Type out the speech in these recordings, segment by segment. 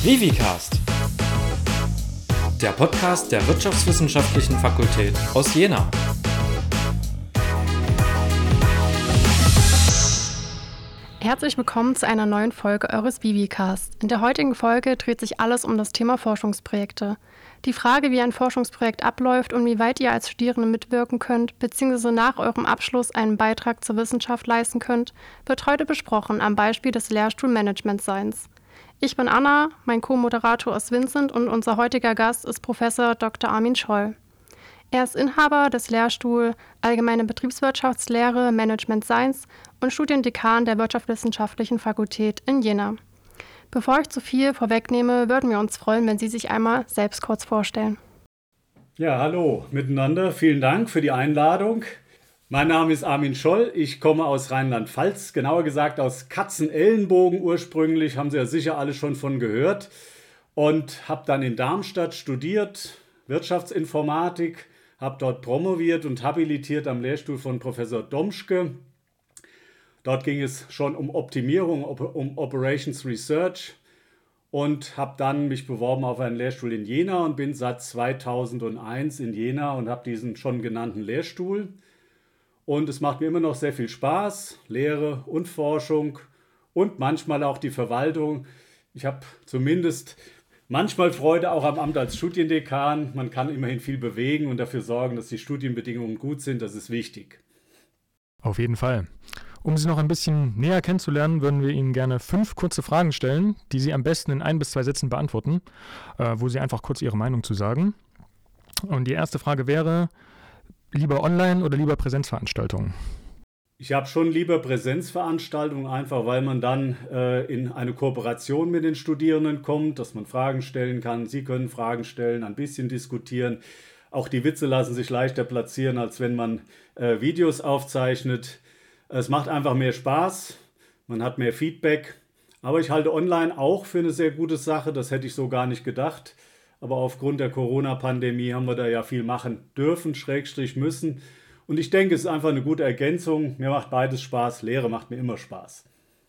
Vivicast, der Podcast der Wirtschaftswissenschaftlichen Fakultät aus Jena. Herzlich willkommen zu einer neuen Folge eures Vivicast. In der heutigen Folge dreht sich alles um das Thema Forschungsprojekte. Die Frage, wie ein Forschungsprojekt abläuft und wie weit ihr als Studierende mitwirken könnt, bzw. nach eurem Abschluss einen Beitrag zur Wissenschaft leisten könnt, wird heute besprochen am Beispiel des Lehrstuhl Management Science. Ich bin Anna, mein Co-Moderator ist Vincent und unser heutiger Gast ist Professor Dr. Armin Scholl. Er ist Inhaber des Lehrstuhl Allgemeine Betriebswirtschaftslehre Management Science und Studiendekan der Wirtschaftswissenschaftlichen Fakultät in Jena. Bevor ich zu viel vorwegnehme, würden wir uns freuen, wenn Sie sich einmal selbst kurz vorstellen. Ja, hallo miteinander. Vielen Dank für die Einladung. Mein Name ist Armin Scholl. Ich komme aus Rheinland-Pfalz, genauer gesagt aus Katzenellenbogen ursprünglich, haben Sie ja sicher alle schon von gehört. Und habe dann in Darmstadt studiert, Wirtschaftsinformatik, habe dort promoviert und habilitiert am Lehrstuhl von Professor Domschke. Dort ging es schon um Optimierung, um Operations Research und habe dann mich beworben auf einen Lehrstuhl in Jena und bin seit 2001 in Jena und habe diesen schon genannten Lehrstuhl. Und es macht mir immer noch sehr viel Spaß, Lehre und Forschung und manchmal auch die Verwaltung. Ich habe zumindest manchmal Freude auch am Amt als Studiendekan. Man kann immerhin viel bewegen und dafür sorgen, dass die Studienbedingungen gut sind. Das ist wichtig. Auf jeden Fall. Um Sie noch ein bisschen näher kennenzulernen, würden wir Ihnen gerne 5 kurze Fragen stellen, die Sie am besten in 1 bis 2 Sätzen beantworten, wo Sie einfach kurz Ihre Meinung zu sagen. Und die erste Frage wäre, lieber Online- oder lieber Präsenzveranstaltungen? Ich habe schon lieber Präsenzveranstaltungen, einfach weil man dann in eine Kooperation mit den Studierenden kommt, dass man Fragen stellen kann. Sie können Fragen stellen, ein bisschen diskutieren. Auch die Witze lassen sich leichter platzieren, als wenn man Videos aufzeichnet. Es macht einfach mehr Spaß, man hat mehr Feedback. Aber ich halte online auch für eine sehr gute Sache, das hätte ich so gar nicht gedacht. Aber aufgrund der Corona-Pandemie haben wir da ja viel machen dürfen, / müssen. Und ich denke, es ist einfach eine gute Ergänzung. Mir macht beides Spaß. Lehre macht mir immer Spaß.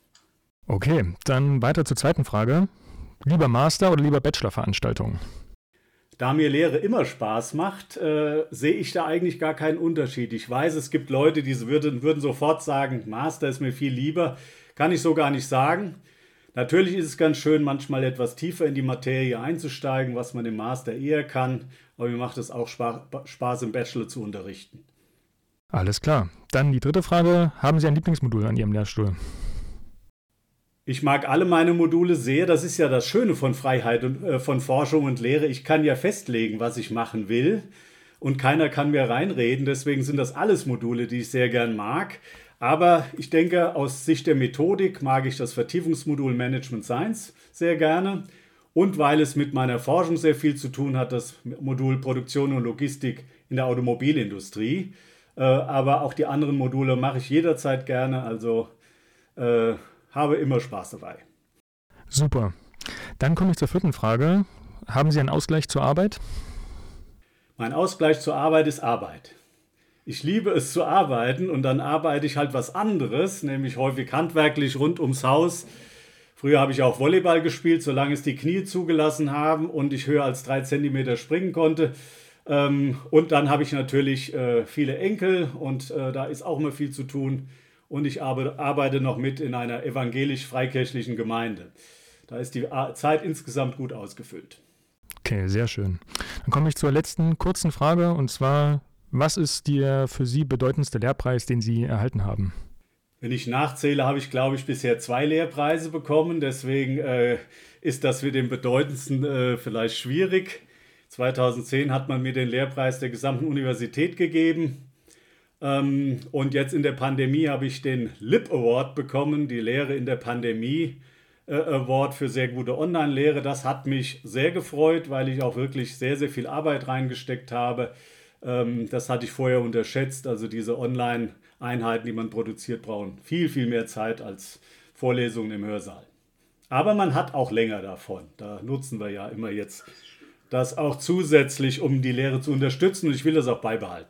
Okay, dann weiter zur zweiten Frage. Lieber Master- oder lieber Bachelor-Veranstaltungen? Da mir Lehre immer Spaß macht, sehe ich da eigentlich gar keinen Unterschied. Ich weiß, es gibt Leute, die würden sofort sagen, Master ist mir viel lieber. Kann ich so gar nicht sagen. Natürlich ist es ganz schön, manchmal etwas tiefer in die Materie einzusteigen, was man im Master eher kann. Aber mir macht es auch Spaß, im Bachelor zu unterrichten. Alles klar. Dann die dritte Frage. Haben Sie ein Lieblingsmodul an Ihrem Lehrstuhl? Ich mag alle meine Module sehr. Das ist ja das Schöne von Freiheit und von Forschung und Lehre. Ich kann ja festlegen, was ich machen will. Und keiner kann mir reinreden. Deswegen sind das alles Module, die ich sehr gern mag. Aber ich denke, aus Sicht der Methodik mag ich das Vertiefungsmodul Management Science sehr gerne. Und weil es mit meiner Forschung sehr viel zu tun hat, das Modul Produktion und Logistik in der Automobilindustrie. Aber auch die anderen Module mache ich jederzeit gerne. Also habe immer Spaß dabei. Super. Dann komme ich zur 4. Frage. Haben Sie einen Ausgleich zur Arbeit? Mein Ausgleich zur Arbeit ist Arbeit. Ich liebe es zu arbeiten und dann arbeite ich halt was anderes, nämlich häufig handwerklich rund ums Haus. Früher habe ich auch Volleyball gespielt, solange es die Knie zugelassen haben und ich höher als 3 Zentimeter springen konnte. Und dann habe ich natürlich viele Enkel und da ist auch immer viel zu tun. Und ich arbeite noch mit in einer evangelisch-freikirchlichen Gemeinde. Da ist die Zeit insgesamt gut ausgefüllt. Okay, sehr schön. Dann komme ich zur letzten kurzen Frage und zwar, was ist der für Sie bedeutendste Lehrpreis, den Sie erhalten haben? Wenn ich nachzähle, habe ich, glaube ich, bisher 2 Lehrpreise bekommen. Deswegen ist das mit dem bedeutendsten vielleicht schwierig. 2010 hat man mir den Lehrpreis der gesamten Universität gegeben. Und jetzt in der Pandemie habe ich den LIP Award bekommen, die Lehre in der Pandemie Award für sehr gute Online-Lehre. Das hat mich sehr gefreut, weil ich auch wirklich sehr, sehr viel Arbeit reingesteckt habe. Das hatte ich vorher unterschätzt. Also diese Online-Einheiten, die man produziert, brauchen viel, viel mehr Zeit als Vorlesungen im Hörsaal. Aber man hat auch länger davon. Da nutzen wir ja immer jetzt das auch zusätzlich, um die Lehre zu unterstützen. Und ich will das auch beibehalten.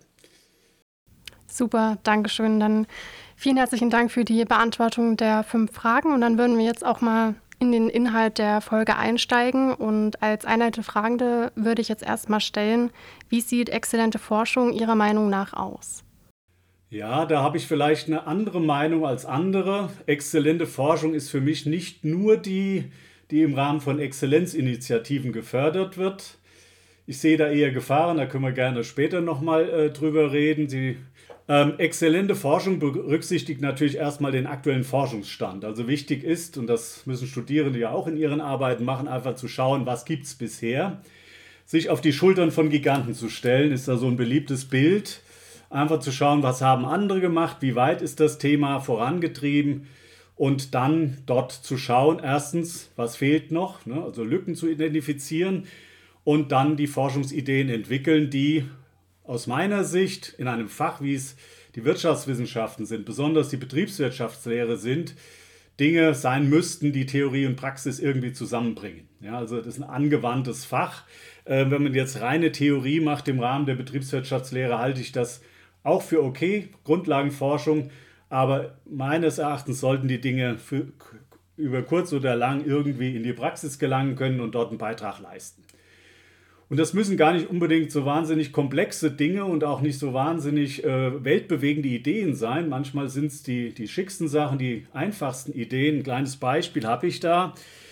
Super, Dankeschön. Dann vielen herzlichen Dank für die Beantwortung der 5 Fragen. Und dann würden wir jetzt auch mal in den Inhalt der Folge einsteigen und als einleitende Fragende würde ich jetzt erstmal stellen, wie sieht exzellente Forschung Ihrer Meinung nach aus? Ja, da habe ich vielleicht eine andere Meinung als andere. Exzellente Forschung ist für mich nicht nur die im Rahmen von Exzellenzinitiativen gefördert wird. Ich sehe da eher Gefahren, da können wir gerne später nochmal drüber reden. Exzellente Forschung berücksichtigt natürlich erstmal den aktuellen Forschungsstand. Also wichtig ist, und das müssen Studierende ja auch in ihren Arbeiten machen, einfach zu schauen, was gibt es bisher. Sich auf die Schultern von Giganten zu stellen, ist da so ein beliebtes Bild. Einfach zu schauen, was haben andere gemacht, wie weit ist das Thema vorangetrieben und dann dort zu schauen, erstens, was fehlt noch, ne? Also Lücken zu identifizieren und dann die Forschungsideen entwickeln, die aus meiner Sicht in einem Fach, wie es die Wirtschaftswissenschaften sind, besonders die Betriebswirtschaftslehre sind, Dinge sein müssten, die Theorie und Praxis irgendwie zusammenbringen. Ja, also das ist ein angewandtes Fach. Wenn man jetzt reine Theorie macht im Rahmen der Betriebswirtschaftslehre, halte ich das auch für okay, Grundlagenforschung, aber meines Erachtens sollten die Dinge über kurz oder lang irgendwie in die Praxis gelangen können und dort einen Beitrag leisten. Und das müssen gar nicht unbedingt so wahnsinnig komplexe Dinge und auch nicht so wahnsinnig weltbewegende Ideen sein. Manchmal sind es die schicksten Sachen, die einfachsten Ideen. Ein kleines Beispiel habe ich da.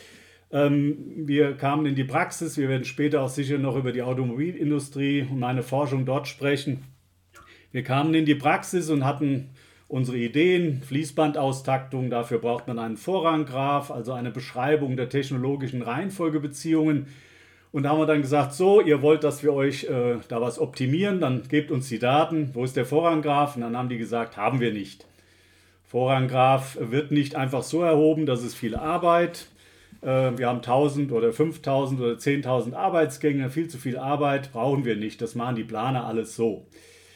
Wir kamen in die Praxis, wir werden später auch sicher noch über die Automobilindustrie und meine Forschung dort sprechen. Wir kamen in die Praxis und hatten unsere Ideen, Fließbandautaktung, dafür braucht man einen Vorranggraph, also eine Beschreibung der technologischen Reihenfolgebeziehungen. Und da haben wir dann gesagt, so, ihr wollt, dass wir euch da was optimieren, dann gebt uns die Daten. Wo ist der Vorranggraph? Und dann haben die gesagt, haben wir nicht. Vorranggraph wird nicht einfach so erhoben, das ist viel Arbeit. Wir haben 1000 oder 5000 oder 10.000 Arbeitsgänge, viel zu viel Arbeit, brauchen wir nicht. Das machen die Planer alles so.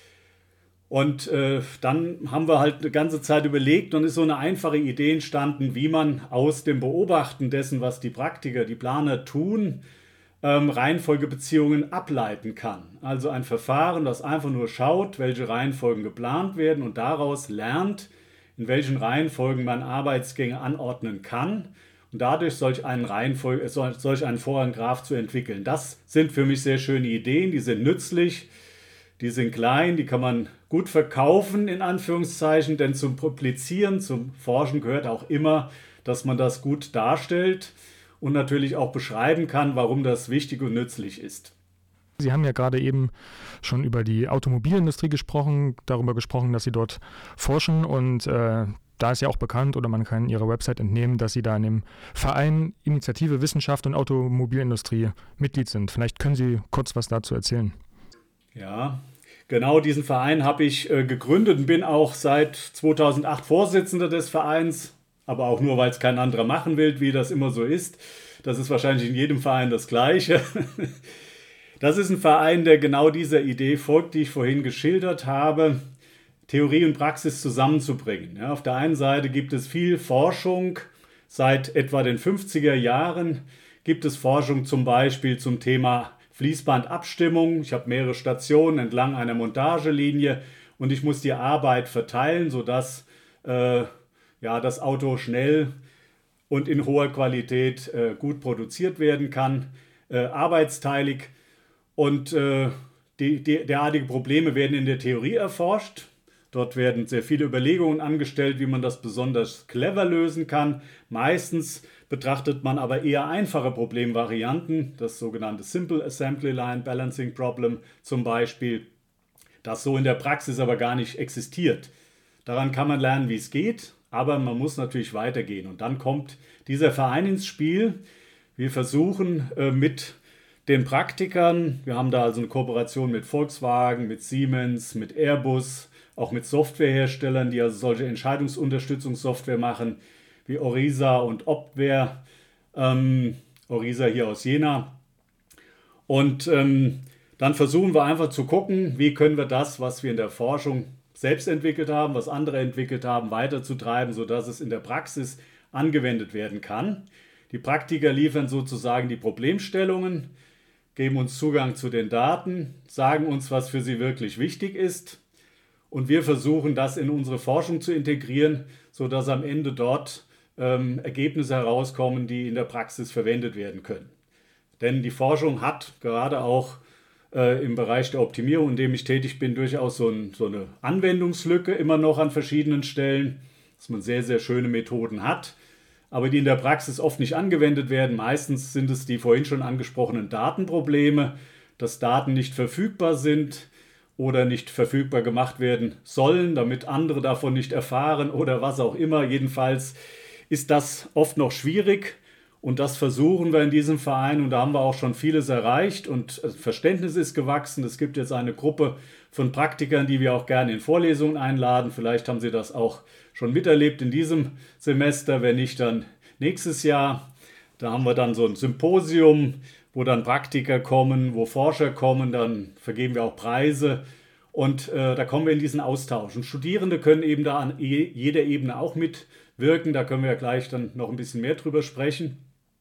Und dann haben wir halt eine ganze Zeit überlegt und ist so eine einfache Idee entstanden, wie man aus dem Beobachten dessen, was die Praktiker, die Planer tun, Reihenfolgebeziehungen ableiten kann. Also ein Verfahren, das einfach nur schaut, welche Reihenfolgen geplant werden und daraus lernt, in welchen Reihenfolgen man Arbeitsgänge anordnen kann und dadurch solch einen Vorranggraph zu entwickeln. Das sind für mich sehr schöne Ideen, die sind nützlich, die sind klein, die kann man gut verkaufen, in Anführungszeichen, denn zum Publizieren, zum Forschen gehört auch immer, dass man das gut darstellt und natürlich auch beschreiben kann, warum das wichtig und nützlich ist. Sie haben ja gerade eben schon über die Automobilindustrie gesprochen, darüber gesprochen, dass Sie dort forschen und da ist ja auch bekannt oder man kann Ihrer Website entnehmen, dass Sie da in dem Verein Initiative Wissenschaft und Automobilindustrie Mitglied sind. Vielleicht können Sie kurz was dazu erzählen. Ja, genau diesen Verein habe ich gegründet und bin auch seit 2008 Vorsitzender des Vereins. Aber auch nur, weil es kein anderer machen will, wie das immer so ist. Das ist wahrscheinlich in jedem Verein das Gleiche. Das ist ein Verein, der genau dieser Idee folgt, die ich vorhin geschildert habe, Theorie und Praxis zusammenzubringen. Ja, auf der einen Seite gibt es viel Forschung. Seit etwa den 50er Jahren gibt es Forschung zum Beispiel zum Thema Fließbandabstimmung. Ich habe mehrere Stationen entlang einer Montagelinie und ich muss die Arbeit verteilen, sodass das Auto schnell und in hoher Qualität gut produziert werden kann, arbeitsteilig. Und derartige Probleme werden in der Theorie erforscht. Dort werden sehr viele Überlegungen angestellt, wie man das besonders clever lösen kann. Meistens betrachtet man aber eher einfache Problemvarianten, das sogenannte Simple Assembly Line Balancing Problem zum Beispiel, das so in der Praxis aber gar nicht existiert. Daran kann man lernen, wie es geht. Aber man muss natürlich weitergehen. Und dann kommt dieser Verein ins Spiel. Wir versuchen mit den Praktikern, wir haben da also eine Kooperation mit Volkswagen, mit Siemens, mit Airbus, auch mit Softwareherstellern, die also solche Entscheidungsunterstützungssoftware machen, wie Orisa und Optware. Orisa hier aus Jena. Und dann versuchen wir einfach zu gucken, wie können wir das, was wir in der Forschung selbst entwickelt haben, was andere entwickelt haben, weiterzutreiben, sodass es in der Praxis angewendet werden kann. Die Praktiker liefern sozusagen die Problemstellungen, geben uns Zugang zu den Daten, sagen uns, was für sie wirklich wichtig ist und wir versuchen, das in unsere Forschung zu integrieren, sodass am Ende dort Ergebnisse herauskommen, die in der Praxis verwendet werden können. Denn die Forschung hat gerade auch im Bereich der Optimierung, in dem ich tätig bin, durchaus so eine Anwendungslücke immer noch an verschiedenen Stellen, dass man sehr, sehr schöne Methoden hat, aber die in der Praxis oft nicht angewendet werden. Meistens sind es die vorhin schon angesprochenen Datenprobleme, dass Daten nicht verfügbar sind oder nicht verfügbar gemacht werden sollen, damit andere davon nicht erfahren oder was auch immer. Jedenfalls ist das oft noch schwierig. Und das versuchen wir in diesem Verein und da haben wir auch schon vieles erreicht und Verständnis ist gewachsen. Es gibt jetzt eine Gruppe von Praktikern, die wir auch gerne in Vorlesungen einladen. Vielleicht haben Sie das auch schon miterlebt in diesem Semester, wenn nicht, dann nächstes Jahr. Da haben wir dann so ein Symposium, wo dann Praktiker kommen, wo Forscher kommen, dann vergeben wir auch Preise und da kommen wir in diesen Austausch. Und Studierende können eben da an jeder Ebene auch mitwirken. Da können wir ja gleich dann noch ein bisschen mehr drüber sprechen.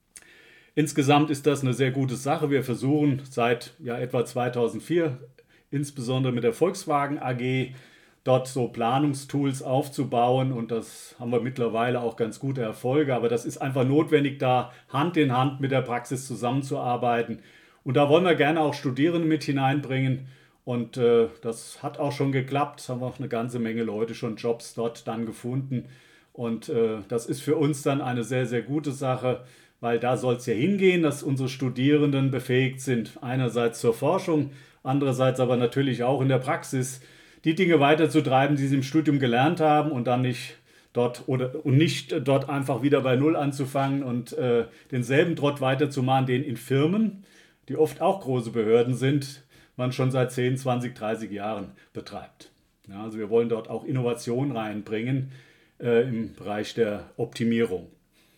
Insgesamt ist das eine sehr gute Sache. Wir versuchen seit etwa 2004, insbesondere mit der Volkswagen AG, dort so Planungstools aufzubauen und das haben wir mittlerweile auch ganz gute Erfolge. Aber das ist einfach notwendig, da Hand in Hand mit der Praxis zusammenzuarbeiten. Und da wollen wir gerne auch Studierende mit hineinbringen und das hat auch schon geklappt. Es haben auch eine ganze Menge Leute schon Jobs dort dann gefunden und das ist für uns dann eine sehr, sehr gute Sache. Weil da soll es ja hingehen, dass unsere Studierenden befähigt sind, einerseits zur Forschung, andererseits aber natürlich auch in der Praxis, die Dinge weiterzutreiben, die sie im Studium gelernt haben und dann nicht dort einfach wieder bei Null anzufangen und denselben Trott weiterzumachen, den in Firmen, die oft auch große Behörden sind, man schon seit 10, 20, 30 Jahren betreibt. Ja, also wir wollen dort auch Innovation reinbringen im Bereich der Optimierung.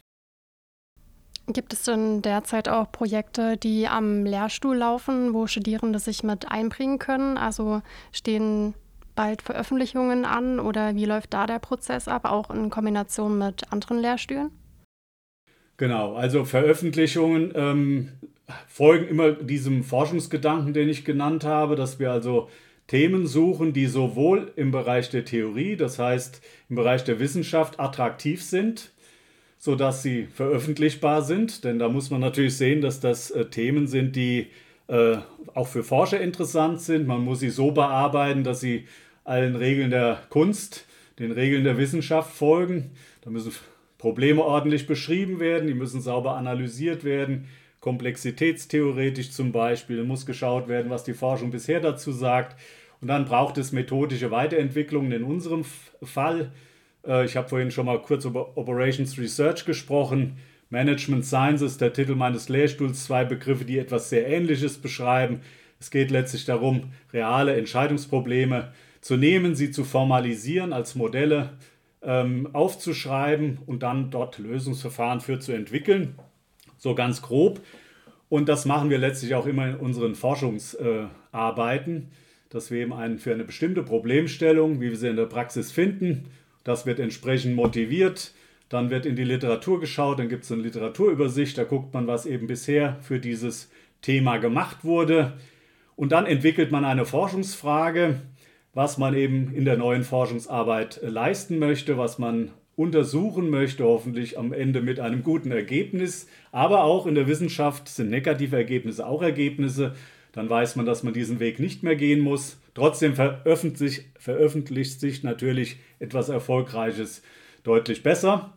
Gibt es denn derzeit auch Projekte, die am Lehrstuhl laufen, wo Studierende sich mit einbringen können? Also stehen bald Veröffentlichungen an oder wie läuft da der Prozess ab, auch in Kombination mit anderen Lehrstühlen? Genau, also Veröffentlichungen folgen immer diesem Forschungsgedanken, den ich genannt habe, dass wir also Themen suchen, die sowohl im Bereich der Theorie, das heißt im Bereich der Wissenschaft attraktiv sind, sodass sie veröffentlichbar sind. Denn da muss man natürlich sehen, dass das Themen sind, die auch für Forscher interessant sind. Man muss sie so bearbeiten, dass sie allen Regeln der Kunst, den Regeln der Wissenschaft folgen. Da müssen Probleme ordentlich beschrieben werden, die müssen sauber analysiert werden, komplexitätstheoretisch zum Beispiel. Da muss geschaut werden, was die Forschung bisher dazu sagt. Und dann braucht es methodische Weiterentwicklungen in unserem Fall. Ich habe vorhin schon mal kurz über Operations Research gesprochen. Management Sciences, der Titel meines Lehrstuhls, 2 Begriffe, die etwas sehr Ähnliches beschreiben. Es geht letztlich darum, reale Entscheidungsprobleme zu nehmen, sie zu formalisieren, als Modelle aufzuschreiben und dann dort Lösungsverfahren für zu entwickeln. So ganz grob. Und das machen wir letztlich auch immer in unseren Forschungsarbeiten, dass wir eben für eine bestimmte Problemstellung, wie wir sie in der Praxis finden, das wird entsprechend motiviert, dann wird in die Literatur geschaut, dann gibt es eine Literaturübersicht, da guckt man, was eben bisher für dieses Thema gemacht wurde. Und dann entwickelt man eine Forschungsfrage, was man eben in der neuen Forschungsarbeit leisten möchte, was man untersuchen möchte, hoffentlich am Ende mit einem guten Ergebnis. Aber auch in der Wissenschaft sind negative Ergebnisse auch Ergebnisse. Dann weiß man, dass man diesen Weg nicht mehr gehen muss. Trotzdem veröffentlicht sich natürlich etwas Erfolgreiches deutlich besser.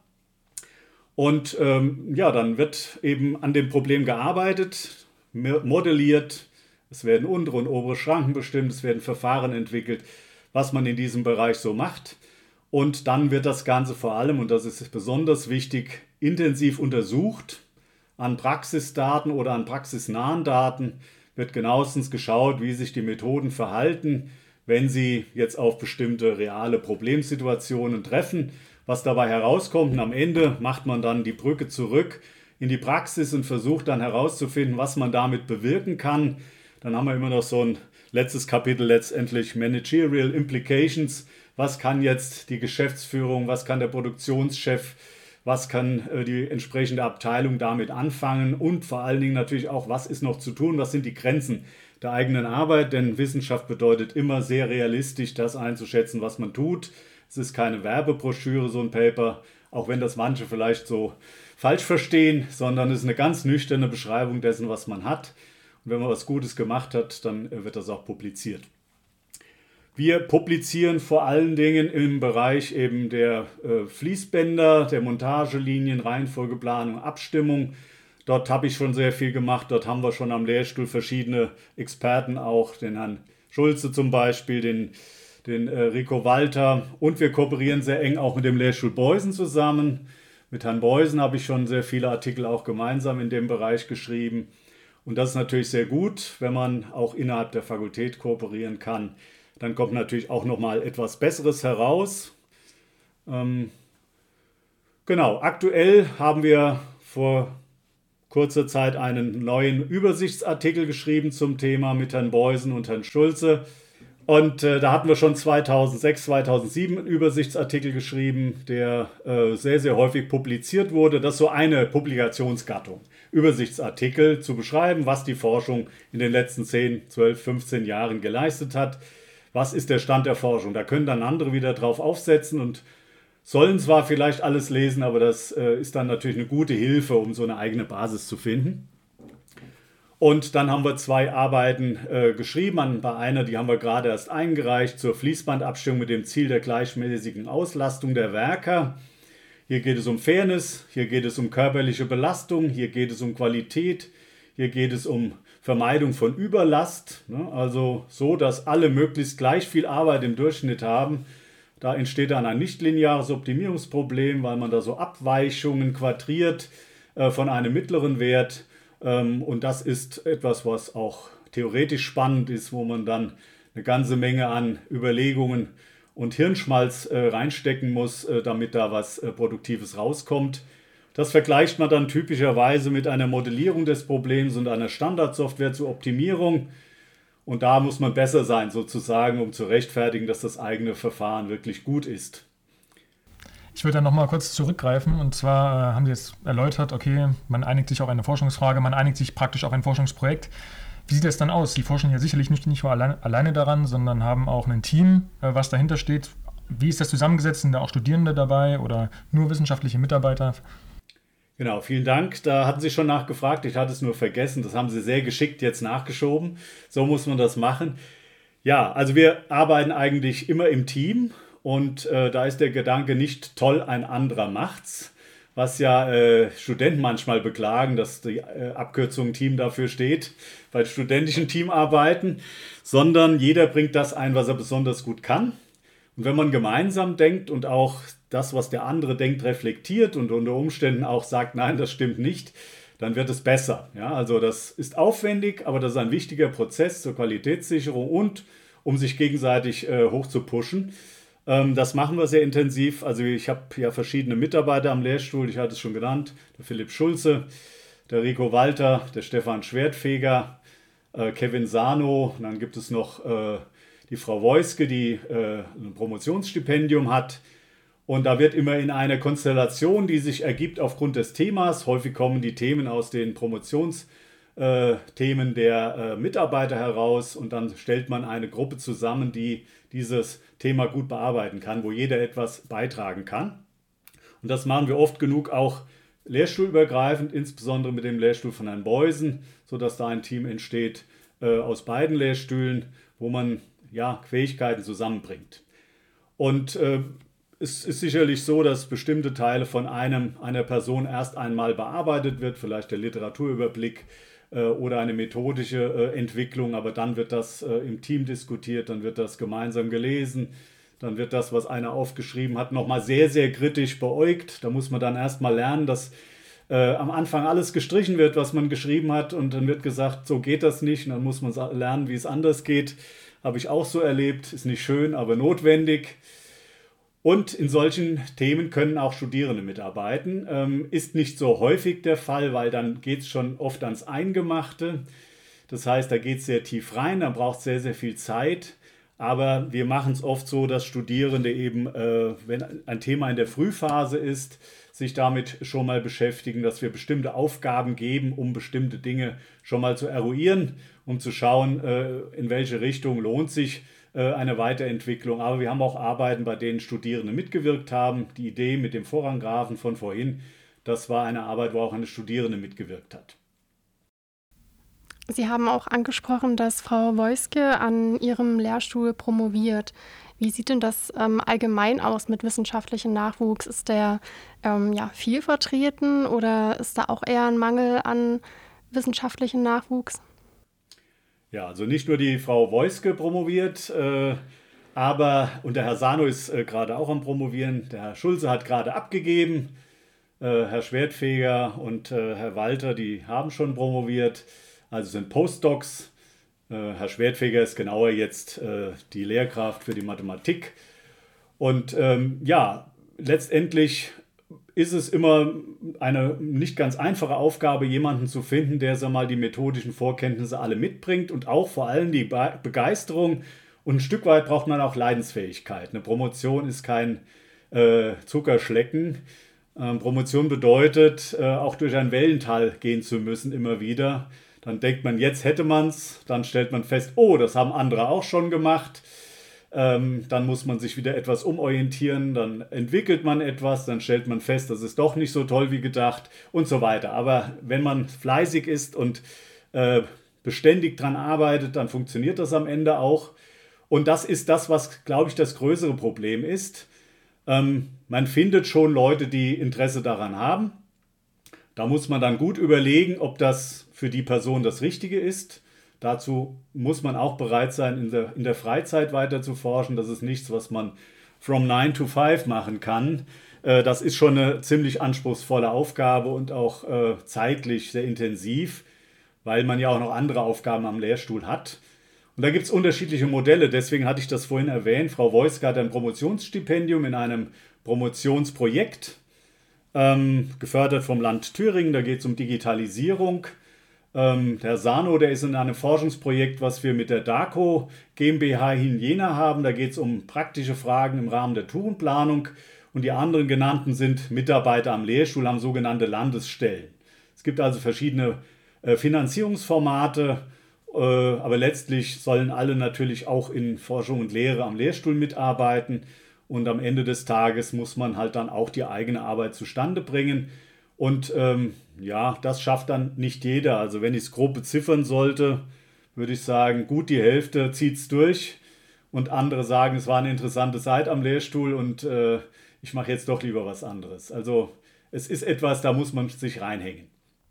Und dann wird eben an dem Problem gearbeitet, modelliert, es werden untere und obere Schranken bestimmt, es werden Verfahren entwickelt, was man in diesem Bereich so macht. Und dann wird das Ganze vor allem, und das ist besonders wichtig, intensiv untersucht. An Praxisdaten oder an praxisnahen Daten wird genauestens geschaut, wie sich die Methoden verhalten, wenn sie jetzt auf bestimmte reale Problemsituationen treffen, was dabei herauskommt. Und am Ende macht man dann die Brücke zurück in die Praxis und versucht dann herauszufinden, was man damit bewirken kann. Dann haben wir immer noch so ein letztes Kapitel, letztendlich Managerial Implications. Was kann jetzt die Geschäftsführung, was kann der Produktionschef, was kann die entsprechende Abteilung damit anfangen und vor allen Dingen natürlich auch, was ist noch zu tun, was sind die Grenzen der eigenen Arbeit, denn Wissenschaft bedeutet immer sehr realistisch, das einzuschätzen, was man tut. Es ist keine Werbebroschüre, so ein Paper, auch wenn das manche vielleicht so falsch verstehen, sondern es ist eine ganz nüchterne Beschreibung dessen, was man hat. Und wenn man was Gutes gemacht hat, dann wird das auch publiziert. Wir publizieren vor allen Dingen im Bereich eben der Fließbänder, der Montagelinien, Reihenfolgeplanung, Abstimmung. Dort habe ich schon sehr viel gemacht. Dort haben wir schon am Lehrstuhl verschiedene Experten, auch den Herrn Schulze zum Beispiel, den Rico Walter. Und wir kooperieren sehr eng auch mit dem Lehrstuhl Beusen zusammen. Mit Herrn Beusen habe ich schon sehr viele Artikel auch gemeinsam in dem Bereich geschrieben. Und das ist natürlich sehr gut, wenn man auch innerhalb der Fakultät kooperieren kann. Dann kommt natürlich auch nochmal etwas Besseres heraus. Genau, aktuell haben wir vor kurzer Zeit einen neuen Übersichtsartikel geschrieben zum Thema mit Herrn Beusen und Herrn Schulze. Und da hatten wir schon 2006, 2007 einen Übersichtsartikel geschrieben, der sehr, sehr häufig publiziert wurde. Das ist so eine Publikationsgattung. Übersichtsartikel zu beschreiben, was die Forschung in den letzten 10, 12, 15 Jahren geleistet hat. Was ist der Stand der Forschung? Da können dann andere wieder drauf aufsetzen und sollen zwar vielleicht alles lesen, aber das ist dann natürlich eine gute Hilfe, um so eine eigene Basis zu finden. Und dann haben wir 2 Arbeiten geschrieben. Bei einer, die haben wir gerade erst eingereicht, zur Fließbandabstimmung mit dem Ziel der gleichmäßigen Auslastung der Werker. Hier geht es um Fairness, hier geht es um körperliche Belastung, hier geht es um Qualität, hier geht es um Vermeidung von Überlast. Also so, dass alle möglichst gleich viel Arbeit im Durchschnitt haben. Da entsteht dann ein nichtlineares Optimierungsproblem, weil man da so Abweichungen quadriert von einem mittleren Wert. Und das ist etwas, was auch theoretisch spannend ist, wo man dann eine ganze Menge an Überlegungen und Hirnschmalz reinstecken muss, damit da was Produktives rauskommt. Das vergleicht man dann typischerweise mit einer Modellierung des Problems und einer Standardsoftware zur Optimierung. Und da muss man besser sein, sozusagen, um zu rechtfertigen, dass das eigene Verfahren wirklich gut ist. Ich würde dann nochmal kurz zurückgreifen. Und zwar haben Sie jetzt erläutert, okay, man einigt sich auf eine Forschungsfrage, man einigt sich praktisch auf ein Forschungsprojekt. Wie sieht das dann aus? Sie forschen ja sicherlich nicht nur alleine daran, sondern haben auch ein Team, was dahinter steht. Wie ist das zusammengesetzt? Sind da auch Studierende dabei oder nur wissenschaftliche Mitarbeiter? Genau, vielen Dank. Da hatten Sie schon nachgefragt. Ich hatte es nur vergessen. Das haben Sie sehr geschickt jetzt nachgeschoben. So muss man das machen. Ja, also wir arbeiten eigentlich immer im Team und da ist der Gedanke nicht toll, ein anderer macht's, was ja Studenten manchmal beklagen, dass die Abkürzung Team dafür steht, bei studentischen Teamarbeiten, sondern jeder bringt das ein, was er besonders gut kann. Und wenn man gemeinsam denkt und auch das, was der andere denkt, reflektiert und unter Umständen auch sagt, nein, das stimmt nicht, dann wird es besser. Ja, also das ist aufwendig, aber das ist ein wichtiger Prozess zur Qualitätssicherung und um sich gegenseitig hoch zu pushen. Das machen wir sehr intensiv. Also ich habe ja verschiedene Mitarbeiter am Lehrstuhl, ich hatte es schon genannt, der Philipp Schulze, der Rico Walter, der Stefan Schwertfeger, Kevin Sano, und dann gibt es noch die Frau Woiske, die ein Promotionsstipendium hat. Und da wird immer in einer Konstellation, die sich ergibt aufgrund des Themas, häufig kommen die Themen aus den Promotionsthemen der Mitarbeiter heraus und dann stellt man eine Gruppe zusammen, die dieses Thema gut bearbeiten kann, wo jeder etwas beitragen kann. Und das machen wir oft genug auch lehrstuhlübergreifend, insbesondere mit dem Lehrstuhl von Herrn Beusen, sodass da ein Team entsteht aus beiden Lehrstühlen, wo man ja, Fähigkeiten zusammenbringt. Und es ist sicherlich so, dass bestimmte Teile von einer Person erst einmal bearbeitet wird, vielleicht der Literaturüberblick oder eine methodische Entwicklung, aber dann wird das im Team diskutiert, dann wird das gemeinsam gelesen, dann wird das, was einer aufgeschrieben hat, nochmal sehr, sehr kritisch beäugt. Da muss man dann erstmal lernen, dass am Anfang alles gestrichen wird, was man geschrieben hat und dann wird gesagt, so geht das nicht und dann muss man lernen, wie es anders geht. Habe ich auch so erlebt, ist nicht schön, aber notwendig. Und in solchen Themen können auch Studierende mitarbeiten. Ist nicht so häufig der Fall, weil dann geht es schon oft ans Eingemachte. Das heißt, da geht es sehr tief rein, da braucht es sehr, sehr viel Zeit. Aber wir machen es oft so, dass Studierende eben, wenn ein Thema in der Frühphase ist, sich damit schon mal beschäftigen, dass wir bestimmte Aufgaben geben, um bestimmte Dinge schon mal zu eruieren, um zu schauen, in welche Richtung lohnt sich eine Weiterentwicklung. Aber wir haben auch Arbeiten, bei denen Studierende mitgewirkt haben. Die Idee mit dem Vorranggraphen von vorhin, das war eine Arbeit, wo auch eine Studierende mitgewirkt hat. Sie haben auch angesprochen, dass Frau Voiske an ihrem Lehrstuhl promoviert. Wie sieht denn das allgemein aus mit wissenschaftlichem Nachwuchs? Ist der viel vertreten oder ist da auch eher ein Mangel an wissenschaftlichem Nachwuchs? Ja, also nicht nur die Frau Voiske promoviert, und der Herr Sano ist gerade auch am Promovieren. Der Herr Schulze hat gerade abgegeben. Herr Schwertfeger und Herr Walter, die haben schon promoviert. Also sind Postdocs. Herr Schwertfeger ist genauer jetzt die Lehrkraft für die Mathematik. Und letztendlich ist es immer eine nicht ganz einfache Aufgabe, jemanden zu finden, der die methodischen Vorkenntnisse alle mitbringt und auch vor allem die Begeisterung. Und ein Stück weit braucht man auch Leidensfähigkeit. Eine Promotion ist kein Zuckerschlecken. Promotion bedeutet, auch durch ein Wellental gehen zu müssen, immer wieder. Dann denkt man, jetzt hätte man es. Dann stellt man fest, oh, das haben andere auch schon gemacht. Dann muss man sich wieder etwas umorientieren. Dann entwickelt man etwas. Dann stellt man fest, das ist doch nicht so toll wie gedacht und so weiter. Aber wenn man fleißig ist und beständig dran arbeitet, dann funktioniert das am Ende auch. Und das ist das, was, glaube ich, das größere Problem ist. Man findet schon Leute, die Interesse daran haben. Da muss man dann gut überlegen, ob das für die Person das Richtige ist. Dazu muss man auch bereit sein, in der Freizeit weiter zu forschen. Das ist nichts, was man from 9 to 5 machen kann. Das ist schon eine ziemlich anspruchsvolle Aufgabe und auch zeitlich sehr intensiv, weil man ja auch noch andere Aufgaben am Lehrstuhl hat. Und da gibt es unterschiedliche Modelle. Deswegen hatte ich das vorhin erwähnt. Frau Voiske hat ein Promotionsstipendium in einem Promotionsprojekt, gefördert vom Land Thüringen. Da geht es um Digitalisierung. Der Sano, der ist in einem Forschungsprojekt, was wir mit der DARCO GmbH in Jena haben. Da geht es um praktische Fragen im Rahmen der Tourenplanung. Und die anderen genannten sind Mitarbeiter am Lehrstuhl, haben sogenannte Landesstellen. Es gibt also verschiedene Finanzierungsformate, aber letztlich sollen alle natürlich auch in Forschung und Lehre am Lehrstuhl mitarbeiten. Und am Ende des Tages muss man halt dann auch die eigene Arbeit zustande bringen. Und das schafft dann nicht jeder. Also wenn ich es grob beziffern sollte, würde ich sagen, gut die Hälfte zieht es durch. Und andere sagen, es war eine interessante Zeit am Lehrstuhl und ich mache jetzt doch lieber was anderes. Also es ist etwas, da muss man sich reinhängen.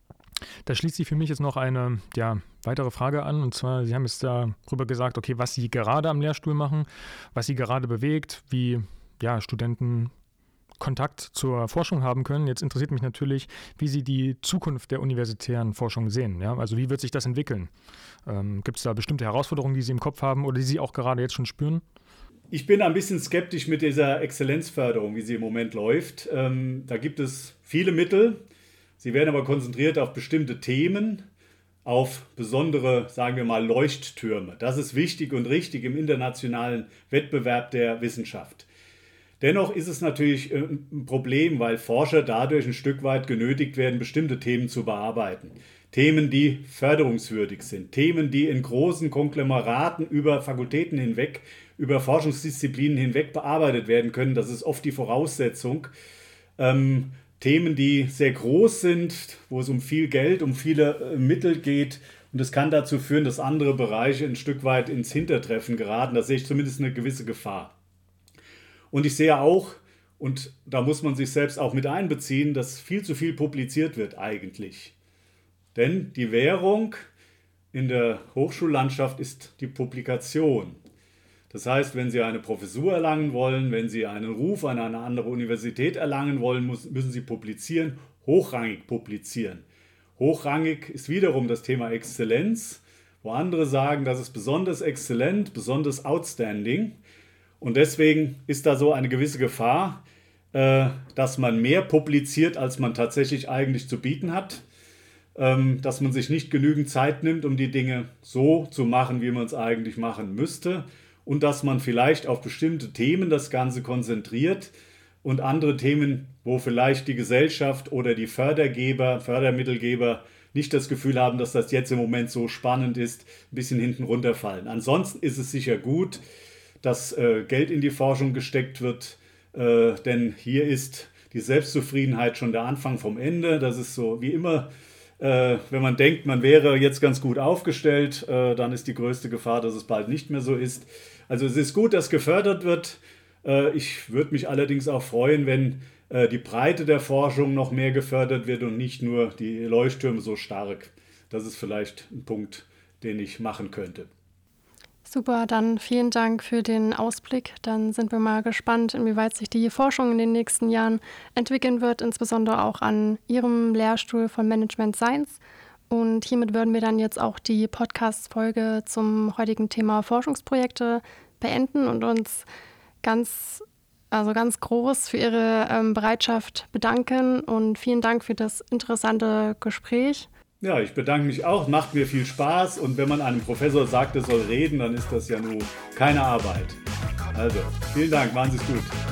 Da schließt sich für mich jetzt noch eine weitere Frage an. Und zwar, Sie haben jetzt darüber gesagt, okay, was Sie gerade am Lehrstuhl machen, was Sie gerade bewegt, wie Studenten Kontakt zur Forschung haben können. Jetzt interessiert mich natürlich, wie Sie die Zukunft der universitären Forschung sehen. Ja? Also wie wird sich das entwickeln? Gibt es da bestimmte Herausforderungen, die Sie im Kopf haben oder die Sie auch gerade jetzt schon spüren? Ich bin ein bisschen skeptisch mit dieser Exzellenzförderung, wie sie im Moment läuft. Da gibt es viele Mittel. Sie werden aber konzentriert auf bestimmte Themen, auf besondere, sagen wir mal, Leuchttürme. Das ist wichtig und richtig im internationalen Wettbewerb der Wissenschaft. Dennoch ist es natürlich ein Problem, weil Forscher dadurch ein Stück weit genötigt werden, bestimmte Themen zu bearbeiten. Themen, die förderungswürdig sind. Themen, die in großen Konglomeraten über Fakultäten hinweg, über Forschungsdisziplinen hinweg bearbeitet werden können. Das ist oft die Voraussetzung. Themen, die sehr groß sind, wo es um viel Geld, um viele Mittel geht. Und das kann dazu führen, dass andere Bereiche ein Stück weit ins Hintertreffen geraten. Da sehe ich zumindest eine gewisse Gefahr. Und ich sehe auch, und da muss man sich selbst auch mit einbeziehen, dass viel zu viel publiziert wird eigentlich. Denn die Währung in der Hochschullandschaft ist die Publikation. Das heißt, wenn Sie eine Professur erlangen wollen, wenn Sie einen Ruf an eine andere Universität erlangen wollen, müssen Sie publizieren, hochrangig publizieren. Hochrangig ist wiederum das Thema Exzellenz, wo andere sagen, das ist besonders exzellent, besonders outstanding. Und deswegen ist da so eine gewisse Gefahr, dass man mehr publiziert, als man tatsächlich eigentlich zu bieten hat. Dass man sich nicht genügend Zeit nimmt, um die Dinge so zu machen, wie man es eigentlich machen müsste. Und dass man vielleicht auf bestimmte Themen das Ganze konzentriert, und andere Themen, wo vielleicht die Gesellschaft oder die Fördermittelgeber nicht das Gefühl haben, dass das jetzt im Moment so spannend ist, ein bisschen hinten runterfallen. Ansonsten ist es sicher gut, dass Geld in die Forschung gesteckt wird, denn hier ist die Selbstzufriedenheit schon der Anfang vom Ende. Das ist so wie immer, wenn man denkt, man wäre jetzt ganz gut aufgestellt, dann ist die größte Gefahr, dass es bald nicht mehr so ist. Also es ist gut, dass gefördert wird. Ich würde mich allerdings auch freuen, wenn die Breite der Forschung noch mehr gefördert wird und nicht nur die Leuchttürme so stark. Das ist vielleicht ein Punkt, den ich machen könnte. Super, dann vielen Dank für den Ausblick. Dann sind wir mal gespannt, inwieweit sich die Forschung in den nächsten Jahren entwickeln wird, insbesondere auch an Ihrem Lehrstuhl von Management Science. Und hiermit würden wir dann jetzt auch die Podcast-Folge zum heutigen Thema Forschungsprojekte beenden und uns ganz groß für Ihre Bereitschaft bedanken und vielen Dank für das interessante Gespräch. Ja, ich bedanke mich auch, macht mir viel Spaß und wenn man einem Professor sagt, er soll reden, dann ist das ja nur keine Arbeit. Also, vielen Dank, machen Sie es gut.